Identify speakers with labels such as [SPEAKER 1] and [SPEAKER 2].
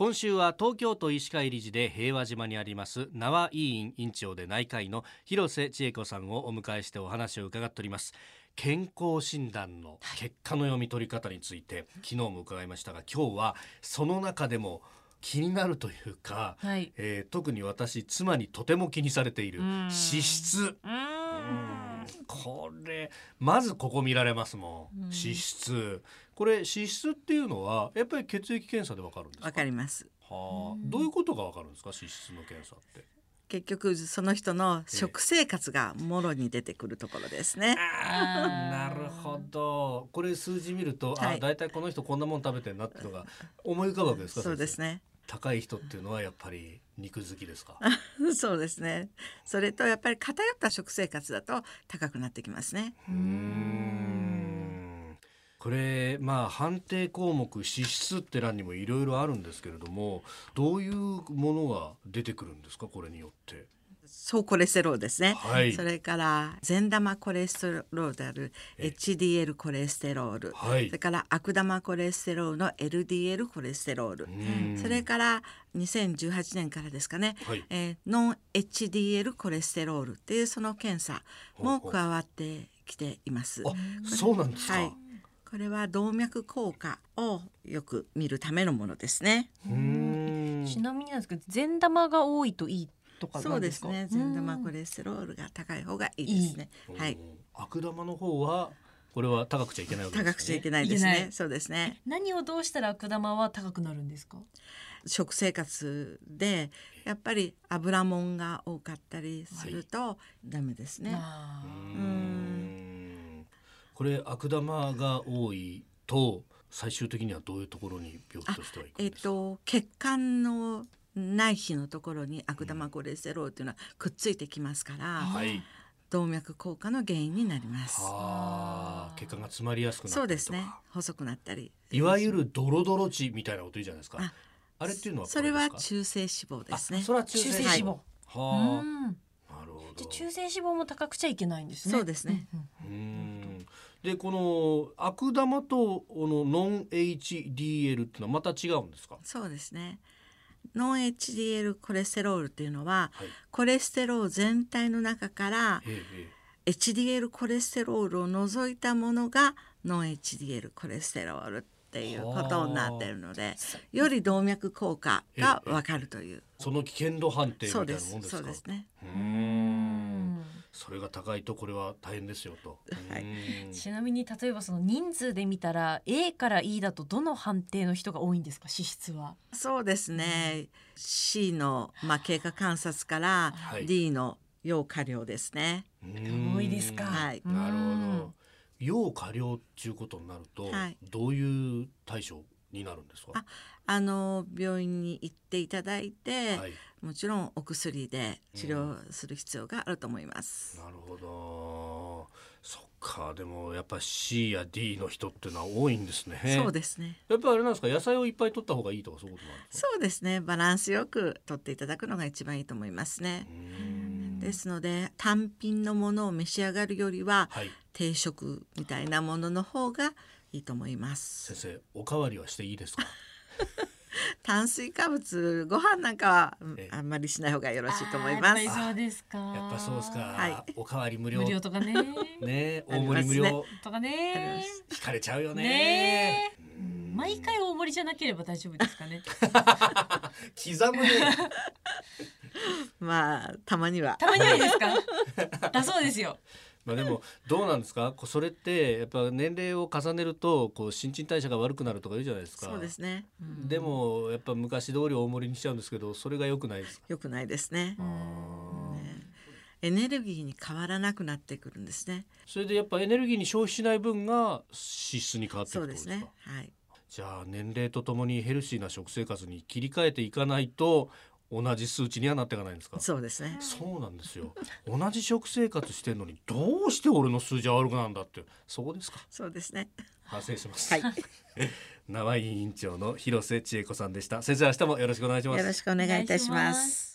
[SPEAKER 1] 今週は東京都医師会理事で平和島にあります縄医院院長で内科医の広瀬千恵子さんをお迎えしてお話を伺っております。健康診断の結果の読み取り方について、昨日も伺いましたが、今日はその中でも気になるというか、特に私妻にとても気にされている脂質。これまずここ見られますもん、脂質。これ脂質っていうのはやっぱり血液検査でわかるんですか？
[SPEAKER 2] わかります。
[SPEAKER 1] どういうことがわかるんですか、脂質の検査って。
[SPEAKER 2] 結局その人の食生活がもろに出てくるところですね。
[SPEAKER 1] なるほど。これ数字見ると、だいたいこの人こんなもん食べてんなっていうのが思い浮かぶわけですか？
[SPEAKER 2] そうですね。
[SPEAKER 1] 高い人っていうのはやっぱり肉好きですか？
[SPEAKER 2] そうですね。それとやっぱり偏った食生活だと高くなってきますね。
[SPEAKER 1] これ判定項目脂質って欄にもいろいろあるんですけれども、どういうものが出てくるんですか、これによって。
[SPEAKER 2] 総コレステロールですね、それから善玉コレステロールである HDL コレステロール、それから悪玉コレステロールの LDL コレステロール、それから2018年からですかね、ノン HDL コレステロールっていうその検査も加わってきています。
[SPEAKER 1] そうなんですか？
[SPEAKER 2] これは動脈硬化をよく見るためのものですね。
[SPEAKER 3] ちなみになんですけど、善玉が多いといいとか
[SPEAKER 2] そうですね。善玉コレステロールが高い方がいいですね。
[SPEAKER 1] 悪玉の方はこれは高くちゃいけないわけですね。
[SPEAKER 2] 高くちゃいけないですね。そうですね。
[SPEAKER 3] 何をどうしたら悪玉は高くなるんですか？
[SPEAKER 2] 食生活でやっぱり油もんが多かったりするとダメですね。
[SPEAKER 1] これ悪玉が多いと最終的にはどういうところに病気としてはいくんですか？
[SPEAKER 2] 血管の内皮のところに悪玉コレステロールというのはくっついてきますから、動脈硬化の原因になります。
[SPEAKER 1] 血管が詰まりやすくなったりとか。
[SPEAKER 2] そうですね。細くなったり、
[SPEAKER 1] いわゆるドロドロ血みたいなこといいじゃないですか。あれっていうのは
[SPEAKER 2] それは中性脂肪ですね。
[SPEAKER 3] それは中性脂肪。
[SPEAKER 1] なるほど。
[SPEAKER 3] 中性脂肪も高くちゃいけないんですね。
[SPEAKER 2] そうですね。
[SPEAKER 1] でこの悪玉とノン HDL っていうのはまた違うんですか？
[SPEAKER 2] そうですね。ノン HDL コレステロールっていうのは、コレステロール全体の中から、HDL コレステロールを除いたものがノン HDL コレステロールっていうことになっているので、より動脈硬化が分かるという、
[SPEAKER 1] その危険度判定みたいなもんですか？
[SPEAKER 2] そうですね。
[SPEAKER 1] それが高いとこれは大変ですよと。
[SPEAKER 3] ちなみに例えばその人数で見たら A から E だとどの判定の人が多いんですか？脂質は。
[SPEAKER 2] そうですね。C の経過観察から D の要過量ですね。
[SPEAKER 3] 多いですか？
[SPEAKER 1] なるほど。要過量っていうことになると、どういう対処になるんですか？
[SPEAKER 2] 病院に行っていただいて、もちろんお薬で治療する必要があると思います。
[SPEAKER 1] なるほど。そっか。でもやっぱ C や D の人っていうのは多いんですね。
[SPEAKER 2] そうですね。
[SPEAKER 1] やっぱりあれなんですか、野菜をいっぱい摂った方がいいとかそういうことなんですか？
[SPEAKER 2] そうですね。バランスよく摂っていただくのが一番いいと思いますね。ですので単品のものを召し上がるよりは、定食みたいなものの方がいいと思います。
[SPEAKER 1] 先生、おかわりはしていいですか？
[SPEAKER 2] 炭水化物ご飯なんかはあんまりしない方がよろしいと思います。
[SPEAKER 3] そうですか。
[SPEAKER 1] やっぱそうですか。おかわり無料
[SPEAKER 3] とかね。
[SPEAKER 1] 大盛り無料
[SPEAKER 3] とかね。
[SPEAKER 1] 惹かれちゃうよね。
[SPEAKER 3] 毎回大盛りじゃなければ大丈夫ですかね。
[SPEAKER 1] 刻むね。
[SPEAKER 2] たまには。
[SPEAKER 3] たまにはいいですか？だそうですよ。
[SPEAKER 1] でもどうなんですか？それってやっぱ年齢を重ねると新陳代謝が悪くなるとか言うじゃないですか。
[SPEAKER 2] そうですね。
[SPEAKER 1] でもやっぱ昔通り大盛りにしちゃうんですけど、それが良くないですか？
[SPEAKER 2] 良くないですね。エネルギーに変わらなくなってくるんですね。
[SPEAKER 1] それでやっぱエネルギーに消費しない分が脂質に変わってくるんですか？
[SPEAKER 2] そうですね。
[SPEAKER 1] じゃあ年齢とともにヘルシーな食生活に切り替えていかないと同じ数値にはなっていかないんですか？
[SPEAKER 2] そうですね。
[SPEAKER 1] そうなんですよ。同じ食生活してるのにどうして俺の数字は悪くなんだって。そうですか？
[SPEAKER 2] そうですね。
[SPEAKER 1] 反省します。縄医院長の広瀬千恵子さんでした。先生、明日もよろしくお願いします。
[SPEAKER 2] よろしくお願いいたします。